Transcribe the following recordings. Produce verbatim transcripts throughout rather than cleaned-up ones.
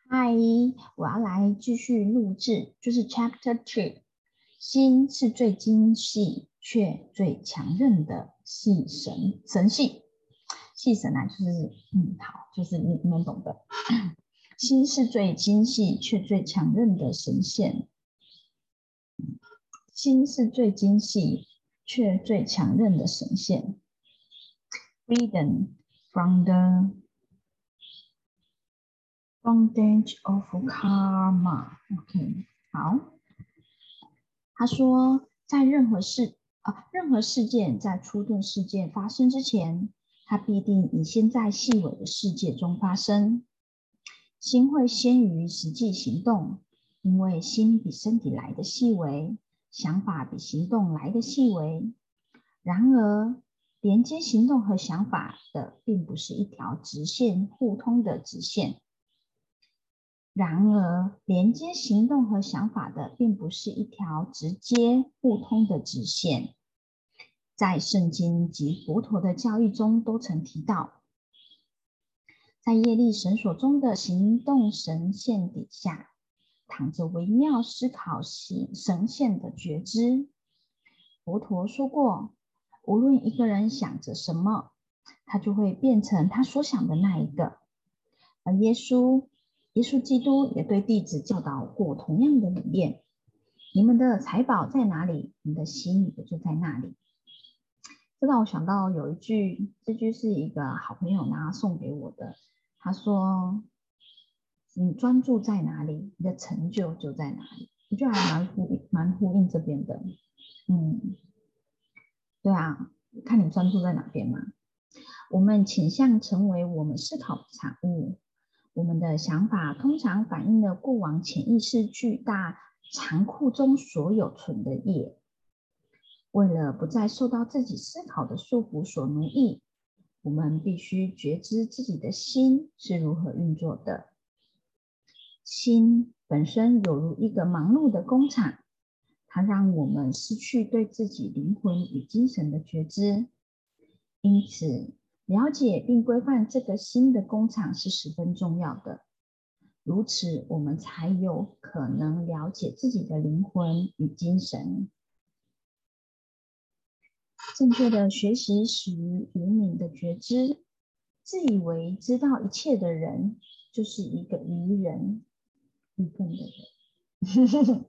嗨，我要来继续录制，就是 Chapter Two。心是最精细却最强韧的细神神系，细神啊，就是嗯，好，就是你你们懂的。心是最精细却最强韧的神线，心是最精细却最强韧的神线。Freedom from the bondage of karma。OK， 好。他说，在任何事啊，任何事件在初顿事件发生之前，它必定已先在细微的世界中发生。心会先于实际行动，因为心比身体来的细微，想法比行动来的细微。然而，连接行动和想法的，并不是一条直线互通的直线。然而，连接行动和想法的，并不是一条直接互通的直线。在圣经及佛陀的教义中都曾提到，在业力绳索中的行动神线底下，躺着微妙思考神线的觉知。佛陀说过，无论一个人想着什么，他就会变成他所想的那一个。而耶稣耶稣基督也对弟子教导过同样的理念：你们的财宝在哪里，你的心也就在那里。这让我想到有一句，这句是一个好朋友拿送给我的。他说：你专注在哪里，你的成就就在哪里。我觉得还蛮呼蛮呼应这边的。嗯，对啊，看你专注在哪边嘛。我们倾向成为我们思考的产物。我们的想法通常反映了过往潜意识巨大仓库中所有存的业。为了不再受到自己思考的束缚所奴役，我们必须觉知自己的心是如何运作的。心本身有如一个忙碌的工厂，它让我们失去对自己灵魂与精神的觉知。因此，了解并规范这个新的工厂是十分重要的。如此，我们才有可能了解自己的灵魂与精神。正确的学习始于无明的觉知。自以为知道一切的人，就是一个愚人，愚笨的人。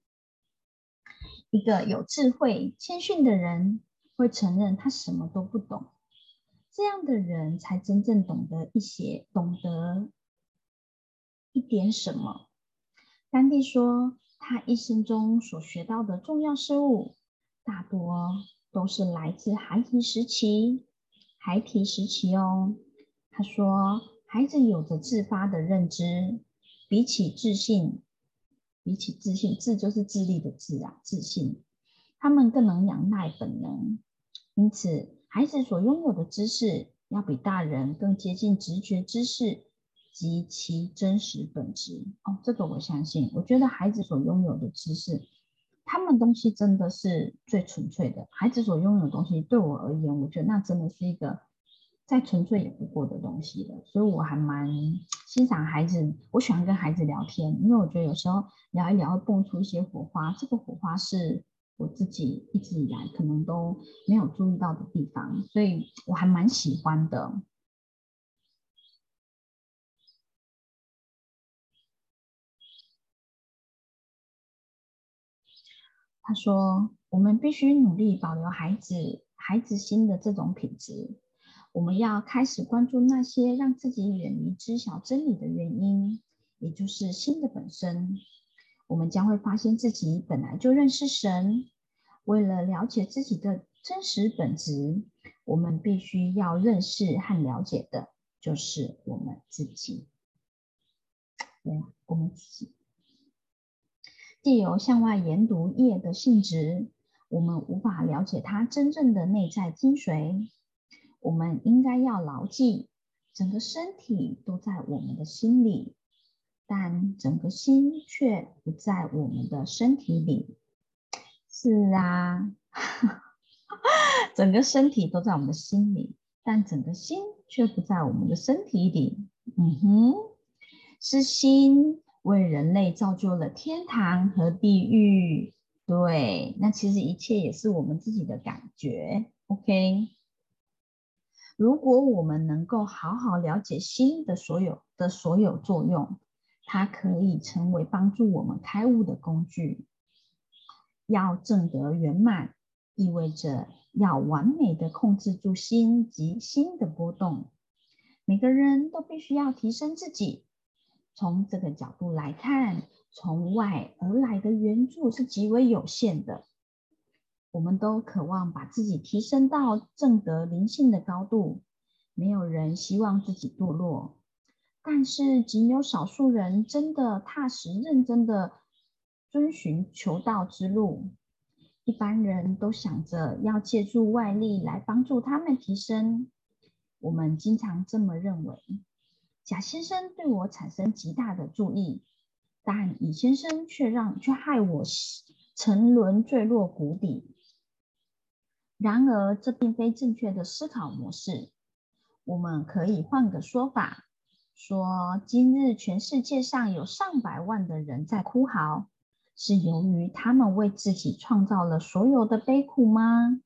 一个有智慧、谦逊的人，会承认他什么都不懂。这样的人才真正懂得一些，懂得一点什么。甘地说，他一生中所学到的重要事物，大多都是来自孩提时期。孩提时期哦，他说，孩子有着自发的认知，比起自信，比起自信，自就是自立的自啊，自信，他们更能仰赖本能。因此，孩子所拥有的知识，要比大人更接近直觉知识及其真实本质。哦，这个我相信。我觉得孩子所拥有的知识，他们东西真的是最纯粹的。孩子所拥有的东西，对我而言，我觉得那真的是一个再纯粹也不过的东西了。所以我还蛮欣赏孩子，我喜欢跟孩子聊天，因为我觉得有时候聊一聊会蹦出一些火花，这个火花是我自己一直以来可能都没有注意到的地方，所以我还蛮喜欢的。他说：我们必须努力保留孩子孩子心的这种品质。我们要开始关注那些让自己远离知晓真理的原因，也就是心的本身。我们将会发现自己本来就认识神。为了了解自己的真实本质，我们必须要认识和了解的就是我们自己。对，我们自己。借由向外研读业的性质，我们无法了解它真正的内在精髓。我们应该要牢记，整个身体都在我们的心里，但整个心却不在我们的身体里。是啊，整个身体都在我们的心里，但整个心却不在我们的身体里。嗯哼。 是心为人类造就了天堂和地狱。对，那其实一切也是我们自己的感觉。OK， 如果我们能够好好了解心的所有的所有作用，它可以成为帮助我们开悟的工具。要证得圆满，意味着要完美的控制住心及心的波动。每个人都必须要提升自己。从这个角度来看，从外而来的援助是极为有限的。我们都渴望把自己提升到证得灵性的高度，没有人希望自己堕落。但是仅有少数人真的踏实认真的遵循求道之路。一般人都想着要借助外力来帮助他们提升。我们经常这么认为。甲先生对我产生极大的注意，但乙先生却让却害我沉沦坠落谷底。然而，这并非正确的思考模式。我们可以换个说法，说今日全世界上有上百万的人在哭嚎，是由于他们为自己创造了所有的悲苦吗？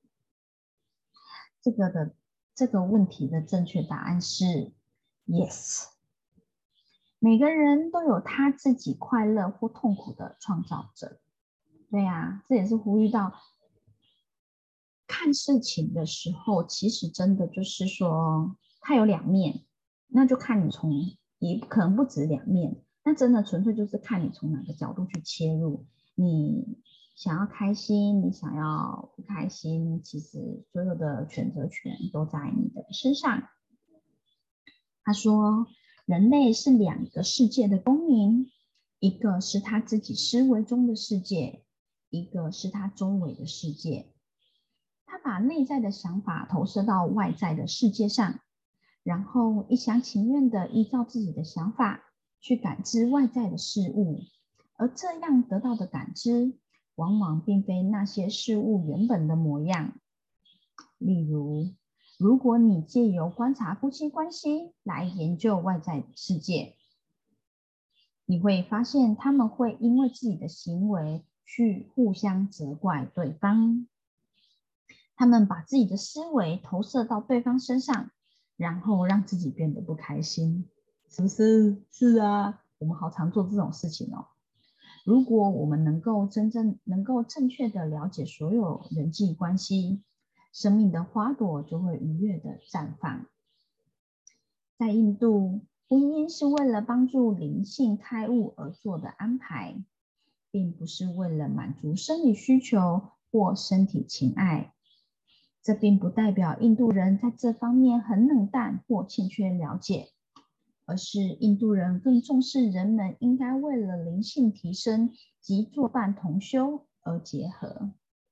这个的这个问题的正确答案是 yes。每个人都有他自己快乐或痛苦的创造者。对啊，这也是呼吁到看事情的时候，其实真的就是说它有两面，那就看你从也可能不止两面，那真的纯粹就是看你从哪个角度去切入。你想要开心，你想要不开心，其实所有的选择权都在你的身上。他说，人类是两个世界的公民，一个是他自己思维中的世界，一个是他周围的世界。他把内在的想法投射到外在的世界上，然后一厢情愿地依照自己的想法去感知外在的事物，而这样得到的感知，往往并非那些事物原本的模样。例如，如果你借由观察夫妻关系来研究外在世界，你会发现他们会因为自己的行为去互相责怪对方。他们把自己的思维投射到对方身上，然后让自己变得不开心，是不是？是啊，我们好常做这种事情哦。如果我们能够真正能够正确的了解所有人际关系，生命的花朵就会愉悦的绽放。在印度，婚姻是为了帮助灵性开悟而做的安排，并不是为了满足生理需求或身体情爱。这并不代表印度人在这方面很冷淡或欠缺了解，而是印度人更重视人们应该为了灵性提升及作伴同修而结合。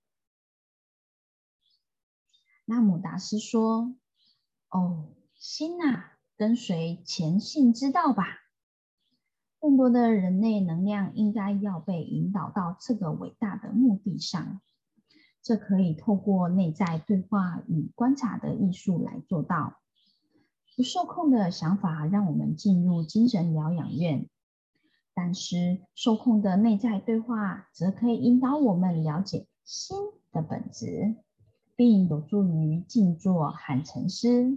那姆达斯说：“哦，心啊，跟随前性之道吧。更多的人类能量应该要被引导到这个伟大的目的上。这可以透过内在对话与观察的艺术来做到。不受控的想法让我们进入精神疗养院，但是受控的内在对话则可以引导我们了解心的本质，并有助于静坐和沉思。”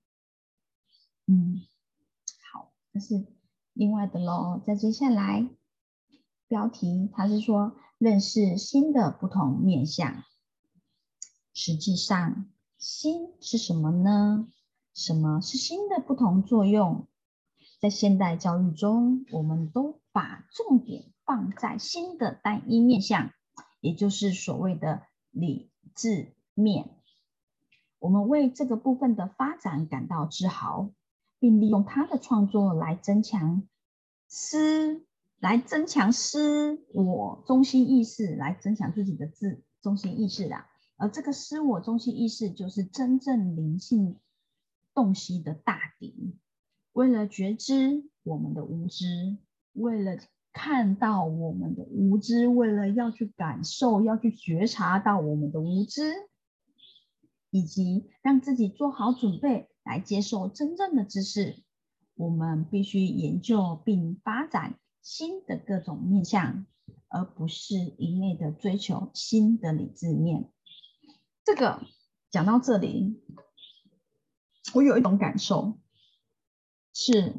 嗯，好，这是另外的咯。再接下来，标题它是说认识心的不同面向。实际上，心是什么呢？什么是心的不同作用？在现代教育中，我们都把重点放在心的单一面向，也就是所谓的理智面。我们为这个部分的发展感到自豪，并利用它的创作来增强思，来增强思我中心意识，来增强自己的自中心意识啦。而这个思我中心意识就是真正灵性洞悉的大敌。为了觉知我们的无知，为了看到我们的无知，为了要去感受，要去觉察到我们的无知，以及让自己做好准备来接受真正的知识， 我们必须研究并发展心的各种面向，而不是一味的追求心的理智面。这个讲到这里，我有一种感受是，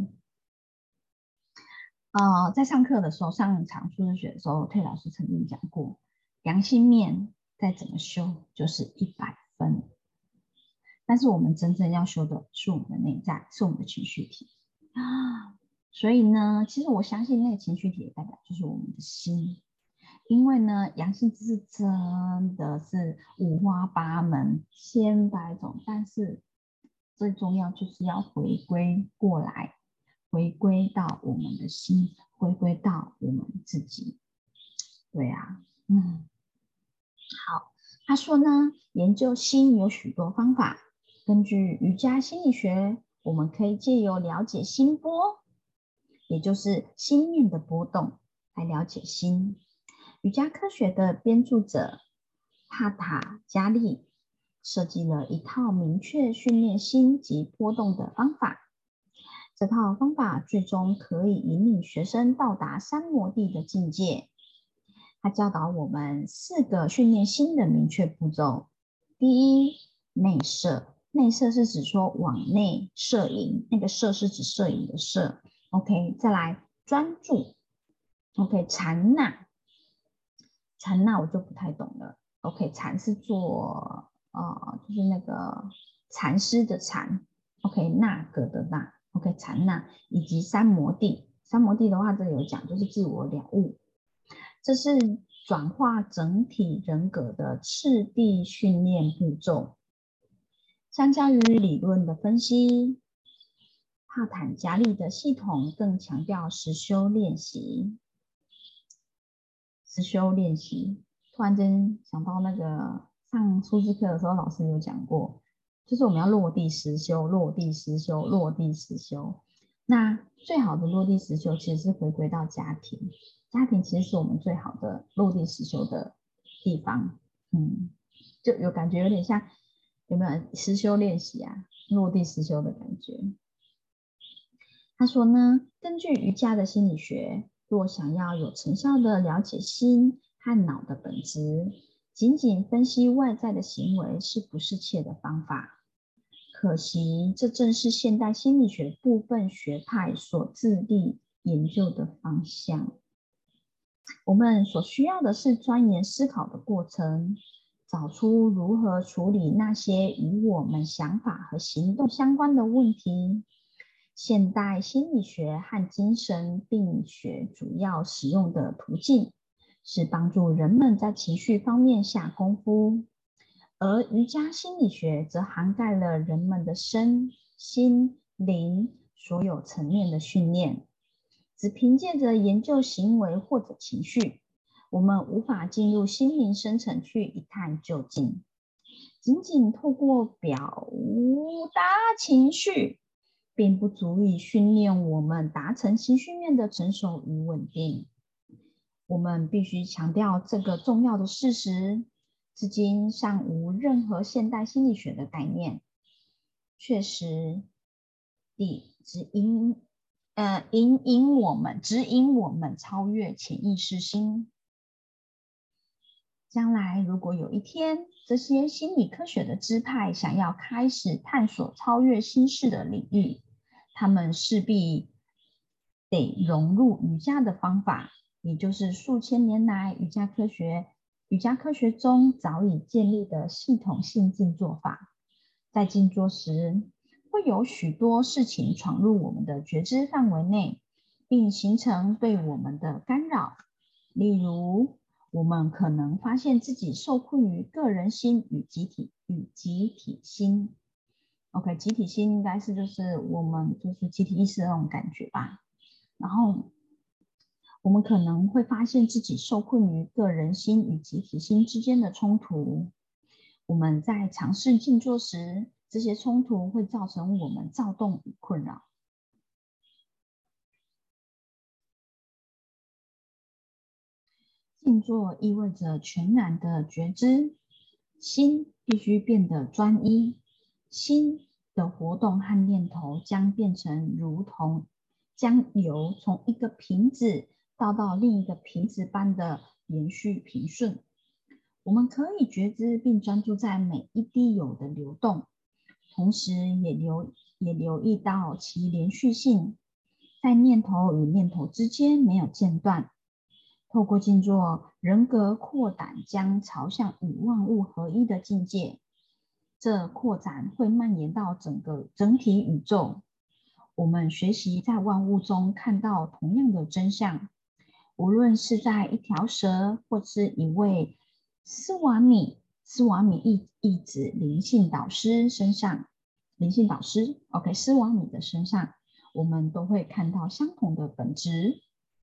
呃，在上课的时候，上场数学的时候，退老师曾经讲过，阳性面再怎么修就是一百分，但是我们真正要修的是我们的内在，是我们的情绪体啊。所以呢，其实我相信那个情绪体的代表就是我们的心，因为呢，阳性知识真的是五花八门、千百种，但是最重要就是要回归过来，回归到我们的心，回归到我们自己。对啊，嗯，好，他说呢，研究心有许多方法，根据瑜伽心理学，我们可以借由了解心波，也就是心念的波动，来了解心。瑜伽科学的编著者帕塔加利设计了一套明确训练心及波动的方法。这套方法最终可以引领学生到达三摩地的境界。他教导我们四个训练心的明确步骤。第一，内摄。内摄是指说往内摄影，那个摄是指摄影的摄。OK， 再来专注。OK， 禅那。禅那我就不太懂了。OK， 禅是做呃，就是那个禅师的禅。OK， 那个的那。OK， 禅那以及三摩地。三摩地的话，这里有讲，就是自我了悟。这是转化整体人格的次第训练步骤。相较于理论的分析，帕坦加利的系统更强调实修练习。实修练习，突然间想到那个上数字课的时候，老师有讲过，就是我们要落地实修，落地实修，落地实修。那最好的落地实修其实是回归到家庭，家庭其实是我们最好的落地实修的地方。嗯，就有感觉有点像，有没有实修练习啊？落地实修的感觉。他说呢，根据瑜伽的心理学，若想要有成效的了解心和脑的本质，仅仅分析外在的行为是不适切的方法。可惜，这正是现代心理学部分学派所致力研究的方向。我们所需要的是钻研思考的过程，找出如何处理那些与我们想法和行动相关的问题。现代心理学和精神病学主要使用的途径是帮助人们在情绪方面下功夫，而瑜伽心理学则涵盖了人们的身心灵所有层面的训练。只凭借着研究行为或者情绪，我们无法进入心灵深层去一探究竟。仅仅透过表达情绪，并不足以训练我们达成情绪面的成熟与稳定。我们必须强调这个重要的事实，至今尚无任何现代心理学的概念，确实地指引呃引引我们指引我们超越潜意识心。将来如果有一天，这些心理科学的支派想要开始探索超越心事的领域，他们势必得融入瑜伽的方法，也就是数千年来瑜伽科学瑜伽科学中早已建立的系统性静坐法。在静坐时，会有许多事情闯入我们的觉知范围内，并形成对我们的干扰。例如，我们可能发现自己受困于个人心与集体与集体心。OK， 集体心应该是就是我们就是集体意识的那种感觉吧。然后我们可能会发现自己受困于个人心与集体心之间的冲突。我们在尝试静坐时，这些冲突会造成我们躁动与困扰。静坐意味着全然的觉知，心必须变得专一，心的活动和念头将变成如同将油从一个瓶子倒到另一个瓶子般的连续平顺。我们可以觉知并专注在每一滴油的流动，同时也留也留意到其连续性，在念头与念头之间没有间断。透过静坐，人格扩展将朝向与万物合一的境界，这扩展会蔓延到整个整体宇宙。我们学习在万物中看到同样的真相，无论是在一条蛇或是一位斯瓦米斯瓦米意意指灵性导师身上，灵性导师 OK 斯瓦米的身上，我们都会看到相同的本质。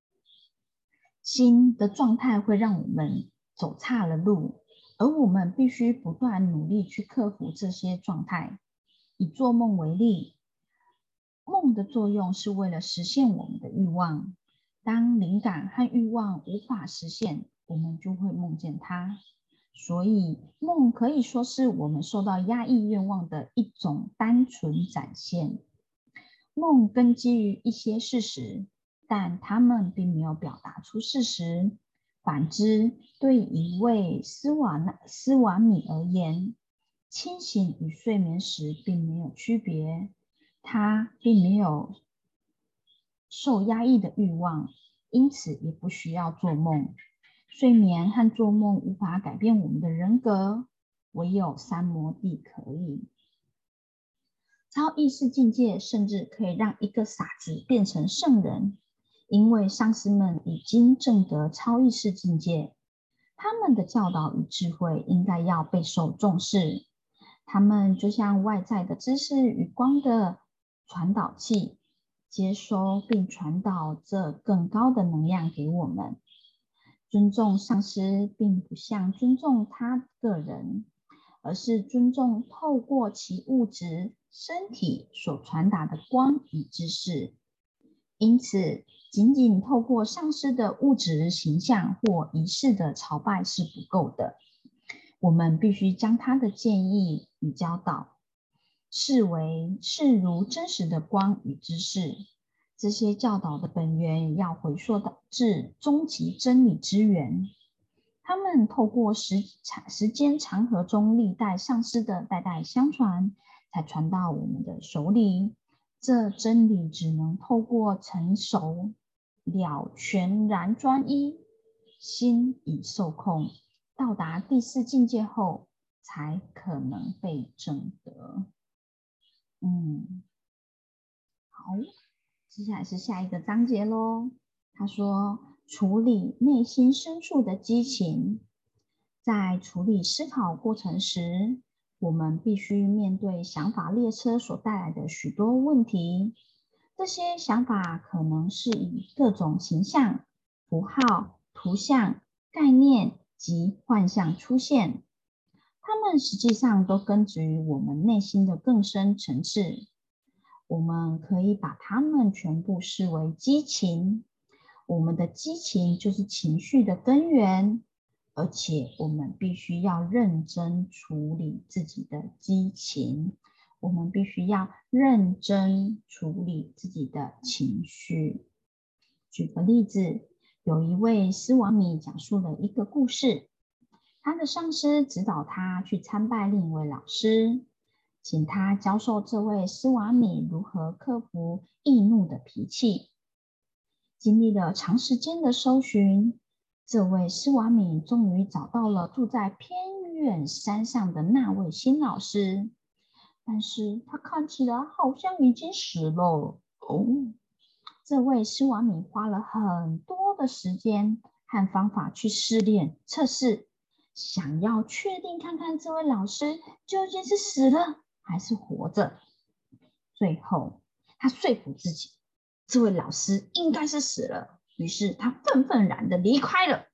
心的状态会让我们走岔了路，而我们必须不断努力去克服这些状态。以做梦为例，梦的作用是为了实现我们的欲望。当灵感和欲望无法实现，我们就会梦见它。所以梦可以说是我们受到压抑愿望的一种单纯展现。梦根基于一些事实，但他们并没有表达出事实。反之，对一位斯瓦纳斯瓦米而言，清醒与睡眠时并没有区别。他并没有受压抑的欲望，因此也不需要做梦。睡眠和做梦无法改变我们的人格，唯有三摩地可以。超意识境界甚至可以让一个傻子变成圣人，因为上师们已经证得超意识境界，他们的教导与智慧应该要备受重视。他们就像外在的知识与光的传导器，接收并传导这更高的能量给我们。尊重上师并不像尊重他个人，而是尊重透过其物质身体所传达的光与知识。因此，仅仅透过上师的物质形象或仪式的朝拜是不够的。我们必须将他的建议与教导视为视如真实的光与知识。这些教导的本源要回溯至终极真理之源。他们透过时时间长河中历代上师的代代相传，才传到我们的手里。这真理只能透过成熟了全然专一，心已受控，到达第四境界后，才可能被证得。嗯，好，接下来是下一个章节咯。他说，处理内心深处的激情。在处理思考过程时，我们必须面对想法列车所带来的许多问题。这些想法可能是以各种形象、符号、图像、概念及幻象出现。它们实际上都根植于我们内心的更深层次。我们可以把它们全部视为激情。我们的激情就是情绪的根源，而且我们必须要认真处理自己的激情。我们必须要认真处理自己的情绪。举个例子，有一位斯瓦米讲述了一个故事。他的上司指导他去参拜另一位老师，请他教授这位斯瓦米如何克服易怒的脾气。经历了长时间的搜寻，这位斯瓦米终于找到了住在偏远山上的那位新老师，但是他看起来好像已经死了。哦，这位斯瓦米花了很多的时间和方法去试炼测试，想要确定看看这位老师究竟是死了还是活着。最后，他说服自己，这位老师应该是死了，于是他愤愤然的离开了。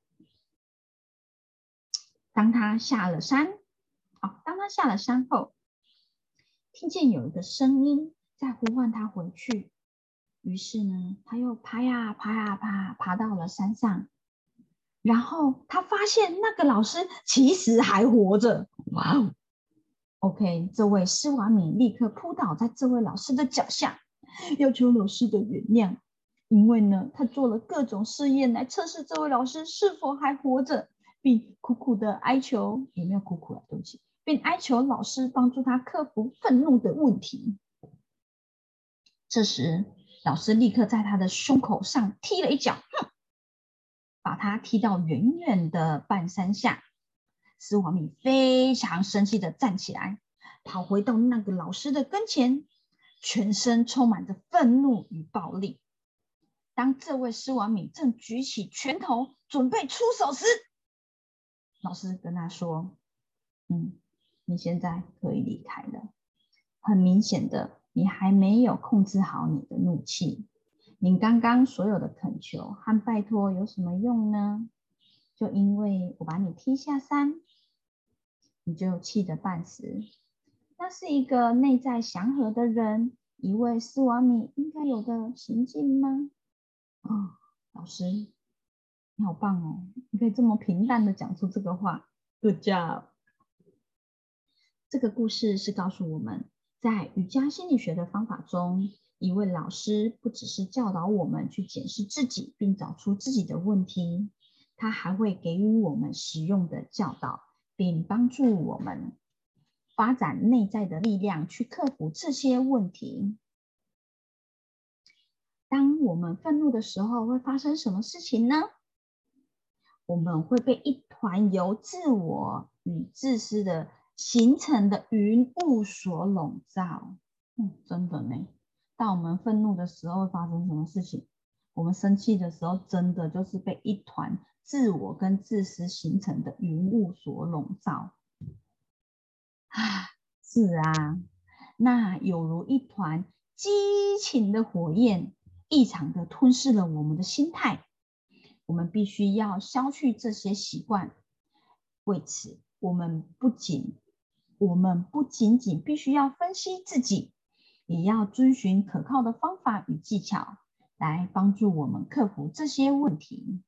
当他下了山，哦，当他下了山后，听见有一个声音在呼唤他回去，于是呢，他又爬呀爬呀爬，爬到了山上，然后他发现那个老师其实还活着。哇哦！ OK， 这位施瓦米立刻扑倒在这位老师的脚下，要求老师的原谅。因为呢，他做了各种试验来测试这位老师是否还活着，并苦苦的哀求，有没有苦苦啊？对不起，并哀求老师帮助他克服愤怒的问题。这时，老师立刻在他的胸口上踢了一脚，哼，把他踢到远远的半山下。施瓦米非常生气的站起来，跑回到那个老师的跟前，全身充满着愤怒与暴力。当这位施瓦米正举起拳头准备出手时，老师跟他说：嗯，你现在可以离开了。很明显的，你还没有控制好你的怒气。你刚刚所有的恳求和拜托有什么用呢？就因为我把你踢下山，你就气得半死。那是一个内在祥和的人，一位施瓦米应该有的行径吗？哦，老师，你好棒哦！你可以这么平淡的讲出这个话 ，Good job。这个故事是告诉我们，在瑜伽心理学的方法中，一位老师不只是教导我们去检视自己，并找出自己的问题，他还会给予我们实用的教导，并帮助我们发展内在的力量去克服这些问题。当我们愤怒的时候，会发生什么事情呢？我们会被一团由自我与自私的形成的云雾所笼罩。嗯，真的呢。当我们愤怒的时候，会发生什么事情？我们生气的时候，真的就是被一团自我跟自私形成的云雾所笼罩。啊，是啊，那有如一团激情的火焰，异常的吞噬了我们的心态。我们必须要消去这些习惯。为此，我们不仅我们不仅仅必须要分析自己，也要遵循可靠的方法与技巧，来帮助我们克服这些问题。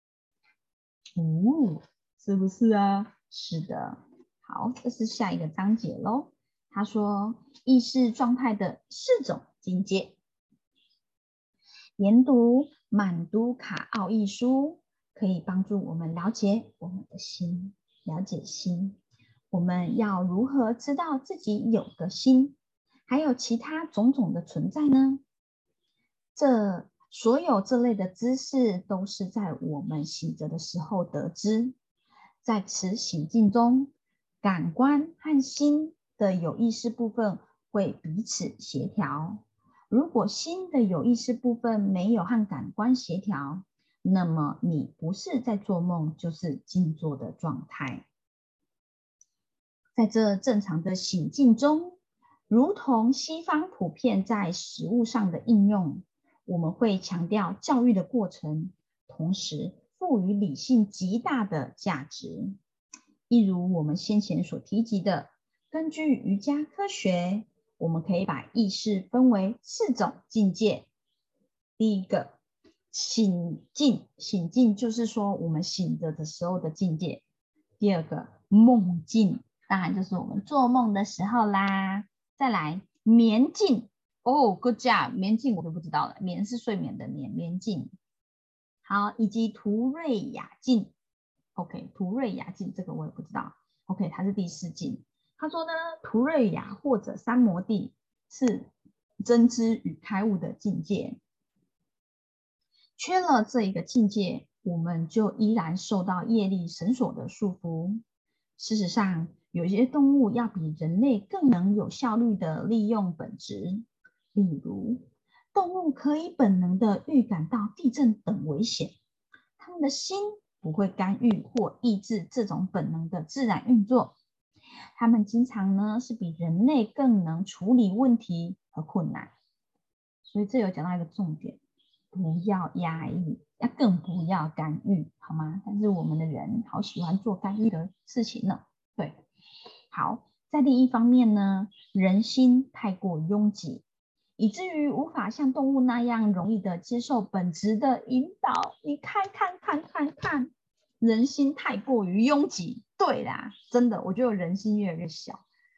哦，是不是啊？是的。好，这是下一个章节咯。他说，意识状态的四种境界。研读满都卡奥义书可以帮助我们了解我们的心，了解心。我们要如何知道自己有个心，还有其他种种的存在呢？这所有这类的知识都是在我们醒着的时候得知。在此醒境中，感官和心的有意识部分会彼此协调。如果心的有意识部分没有和感官协调，那么你不是在做梦，就是静坐的状态。在这正常的醒境中，如同西方普遍在实务上的应用，我们会强调教育的过程，同时赋予理性极大的价值。例如我们先前所提及的，根据瑜伽科学，我们可以把意识分为四种境界。第一个，醒境，醒境就是说我们醒着的时候的境界。第二个，梦境，当然就是我们做梦的时候啦。再来，眠境，哦 ，good job， 眠境我就不知道了，眠是睡眠的眠，眠境。好，以及图瑞雅境 ，OK， 图瑞雅境这个我也不知道 ，OK， 它是第四境。他说呢，图瑞雅或者三摩地是真知与开悟的境界。缺了这一个境界，我们就依然受到业力绳索的束缚。事实上，有些动物要比人类更能有效率的利用本质。例如，动物可以本能的预感到地震等危险，它们的心不会干预或抑制这种本能的自然运作。它们经常呢是比人类更能处理问题和困难。所以这有讲到一个重点。不要压抑，要更不要干预，好吗？但是我们的人好喜欢做干预的事情呢。对，好，在另一方面呢，人心太过拥挤，以至于无法像动物那样容易的接受本质的引导。你看看看看看，人心太过于拥挤。对啦，真的，我觉得人心越来越小。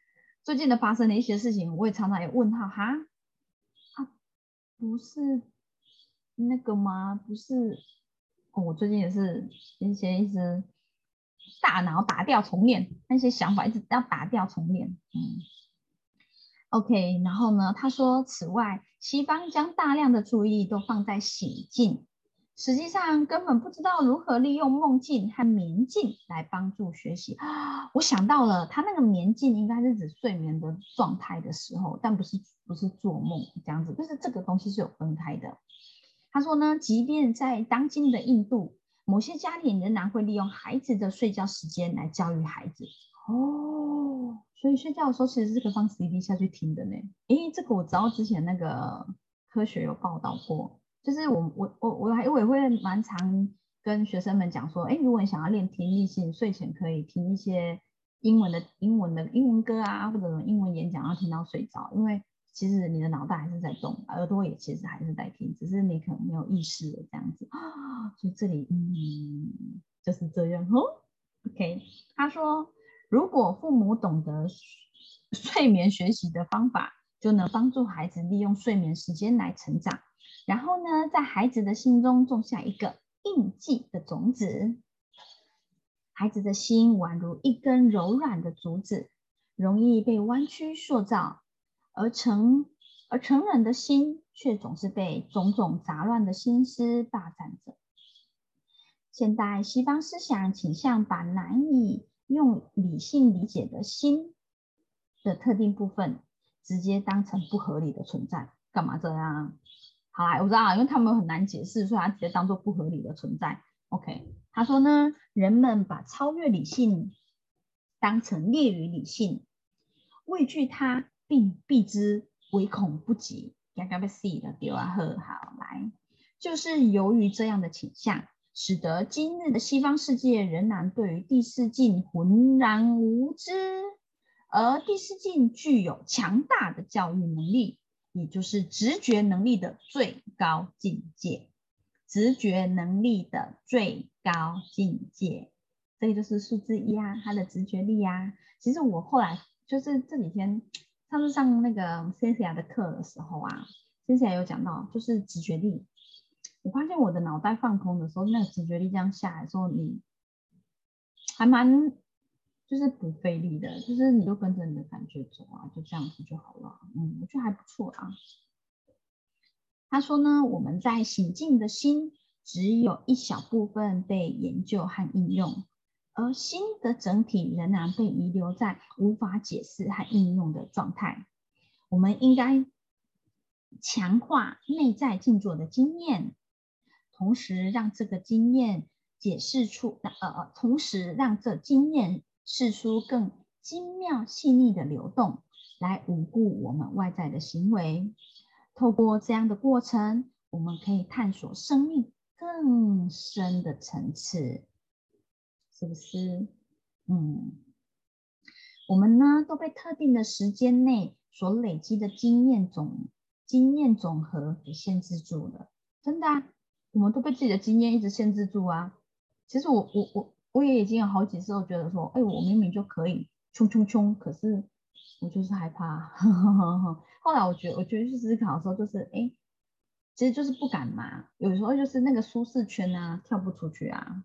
最近的发生的一些事情，我也常常也问号哈，啊，不是那个吗？不是，哦，我最近也是一些一直大脑打掉重练，那些想法一直要打掉重练，嗯。OK，然后呢，他说，此外，西方将大量的注意力都放在醒境，实际上根本不知道如何利用梦境和眠境来帮助学习啊。我想到了，他那个眠境应该是指睡眠的状态的时候，但不是不是做梦这样子，就是这个东西是有分开的。他说呢，即便在当今的印度，某些家庭仍然会利用孩子的睡觉时间来教育孩子。哦，所以睡觉的时候其实是可以放 C D 下去听的呢。诶，这个我知道之前那个科学有报道过，就是我我我我还我也会蛮常跟学生们讲说，诶，如果你想要练听力性，睡前可以听一些英文的英文的英文歌啊，或者英文演讲，要听到睡着，因为其实你的脑袋还是在动，耳朵也其实还是在听，只是你可能没有意识的这样子啊。所以这里嗯就是这样哦。OK，他说。如果父母懂得睡眠学习的方法，就能帮助孩子利用睡眠时间来成长。然后呢，在孩子的心中种下一个印记的种子。孩子的心宛如一根柔软的竹子，容易被弯曲塑造，而成而成人的心却总是被种种杂乱的心思霸占着。现代西方思想倾向把难以用理性理解的心的特定部分，直接当成不合理的存在。干嘛这样？好啦，我知道，因为他们很难解释，所以他直接当做不合理的存在。OK， 他说呢，人们把超越理性当成劣于理性，畏惧它，并避之唯恐不及。刚刚被 C 的丢啊，呵，好来，就是由于这样的倾向。使得今日的西方世界仍然对于第四境浑然无知，而第四境具有强大的教育能力，也就是直觉能力的最高境界。直觉能力的最高境界，这个就是数字一啊，它的直觉力啊。其实我后来就是这几天上次上那个 Cynthia 的课的时候啊 ，Cynthia 有讲到，就是直觉力。我发现我的脑袋放空的时候，那个直觉力这样下来的时候，你还蛮就是不费力的，就是你就跟着你的感觉走啊，就这样子就好了。嗯，我觉得还不错啊。他说呢，我们在醒境的心只有一小部分被研究和应用，而心的整体仍然被遗留在无法解释和应用的状态。我们应该强化内在静坐的经验。同时让这个经验解释出，呃，同时让这经验释出更精妙细腻的流动，来稳固我们外在的行为。透过这样的过程，我们可以探索生命更深的层次，是不是？嗯，我们呢都被特定的时间内所累积的经验总经验总和给限制住了，真的啊。我们都被自己的经验一直限制住啊。其实我我我我也已经有好几次，我觉得说，哎，我明明就可以冲冲冲，可是我就是害怕。后来我觉得，我觉得去思考的时候，就是哎，其实就是不敢嘛。有时候就是那个舒适圈啊，跳不出去啊。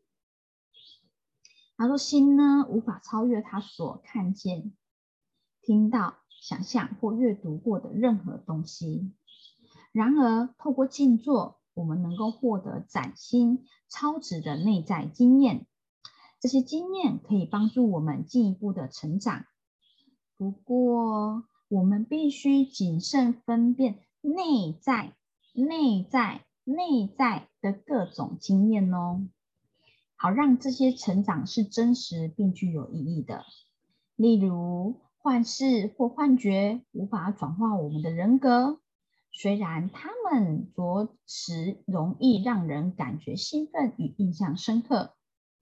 他说，心呢无法超越他所看见、听到、想象或阅读过的任何东西。然而，透过静坐，我们能够获得崭新、超值的内在经验。这些经验可以帮助我们进一步的成长。不过，我们必须谨慎分辨内在、内在、内在的各种经验哦，好让这些成长是真实并具有意义的。例如，幻视或幻觉无法转化我们的人格。虽然他们着实容易让人感觉兴奋与印象深刻，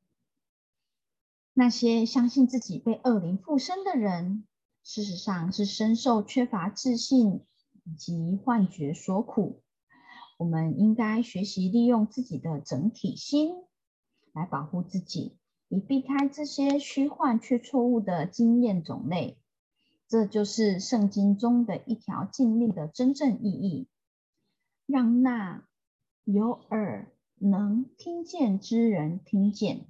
那些相信自己被恶灵附身的人，事实上是深受缺乏自信以及幻觉所苦。我们应该学习利用自己的整体心来保护自己，以避开这些虚幻却错误的经验种类。 这就是圣经中的一条禁令的真正意义，让那有耳能听见之人听见。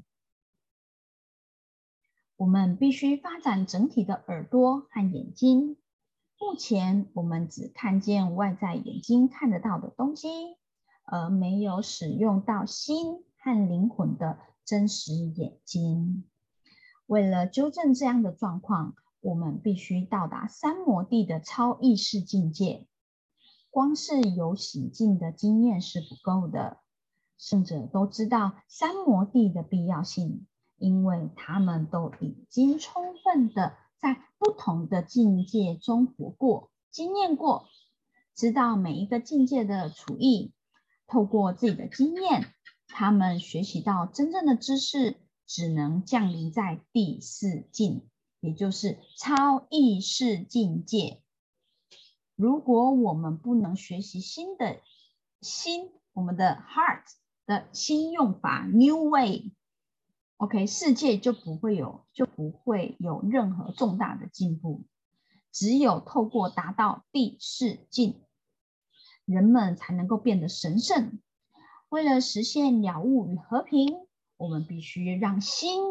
我们必须发展整体的耳朵和眼睛。目前我们只看见外在眼睛看得到的东西，而没有使用到心和灵魂的真实眼睛。为了纠正这样的状况，我们必须到达三摩地的超意识境界。光是有洗净的经验是不够的，圣者都知道三摩地的必要性，因为他们都已经充分的在不同的境界中活过、经验过，知道每一个境界的处意。透过自己的经验，他们学习到真正的知识只能降临在第四境，也就是超意识境界。如果我们不能学习新的心，我们的 heart 的新用法 new way，OK， 世界就不会有就不会有任何重大的进步。只有透过达到第四境，人们才能够变得神圣。为了实现了悟与和平，我们必须让心，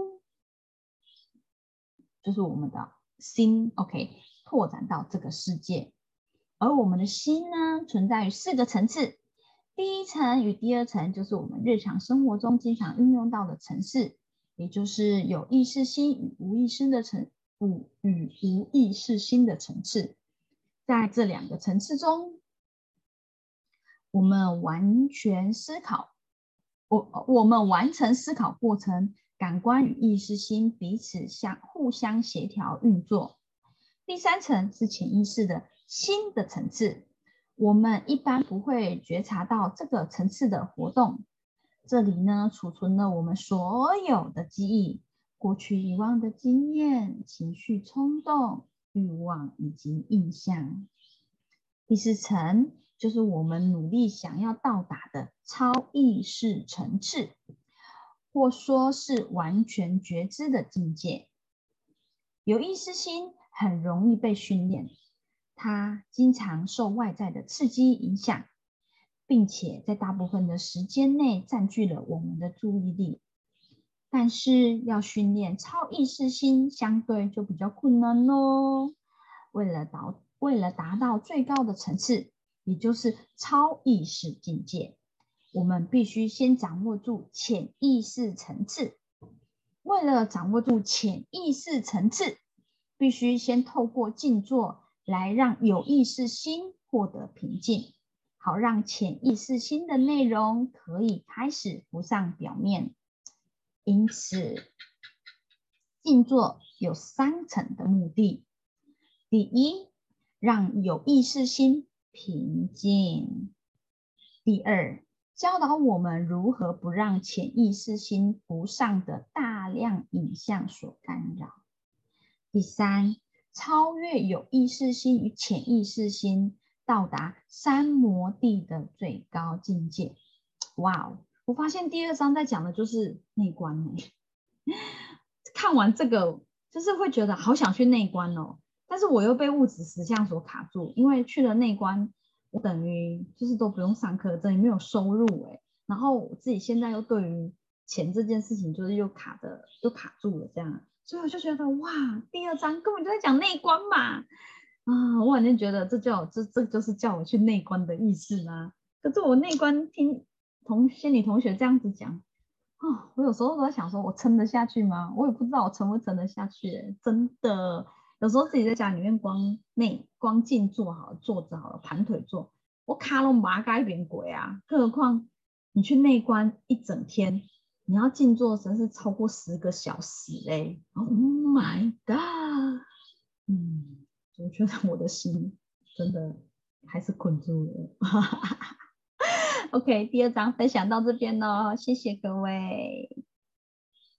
就是我们的心 ，OK， 拓展到这个世界。而我们的心呢，存在于四个层次。第一层与第二层就是我们日常生活中经常运用到的层次，也就是有意识心与无意识的层无与无意识心的层次。在这两个层次中，我们完全思考，我我们完成思考过程，感官与意识心彼此相互相协调运作。第三层是潜意识的心的层次，我们一般不会觉察到这个层次的活动。这里呢，储存了我们所有的记忆、过去遗忘的经验、情绪冲动、欲望以及印象。第四层就是我们努力想要到达的超意识层次，或说是完全觉知的境界。有意识心很容易被训练，它经常受外在的刺激影响，并且在大部分的时间内占据了我们的注意力。但是要训练超意识心相对就比较困难咯。为了达为了达到最高的层次，也就是超意识境界，我们必须先掌握住潜意识层次。为了掌握住潜意识层次，必须先透过静坐来让有意识心获得平静，好让潜意识心的内容可以开始浮上表面。因此，静坐有三层的目的。第一，让有意识心平静。第二，教导我们如何不让潜意识心浮上的大量影像所干扰。第三，超越有意识心与潜意识心，到达三摩地的最高境界。哇哦！我发现第二章在讲的就是内观呢。看完这个，就是会觉得好想去内观哦，但是我又被物质实相所卡住，因为去了内观，我等于就是都不用上课，等于没有收入哎。然后我自己现在又对于钱这件事情，就是又卡的又卡住了这样，所以我就觉得哇，第二章根本就在讲内观嘛。啊，我反正觉得这叫这这就是叫我去内观的意思啦。可是我内观听同仙女同学这样子讲，哦，我有时候都在想说，我撑得下去吗？我也不知道我撑不撑得下去、欸，真的。有时候自己在家里面光内光静坐好了，坐着好了，盘腿坐，我卡拢麻改变鬼啊！更何况你去内观一整天，你要静坐真是超过十个小时嘞、欸、！Oh my god！ 嗯，我觉得我的心真的还是困住了。OK， 第二章分享到这边咯，谢谢各位。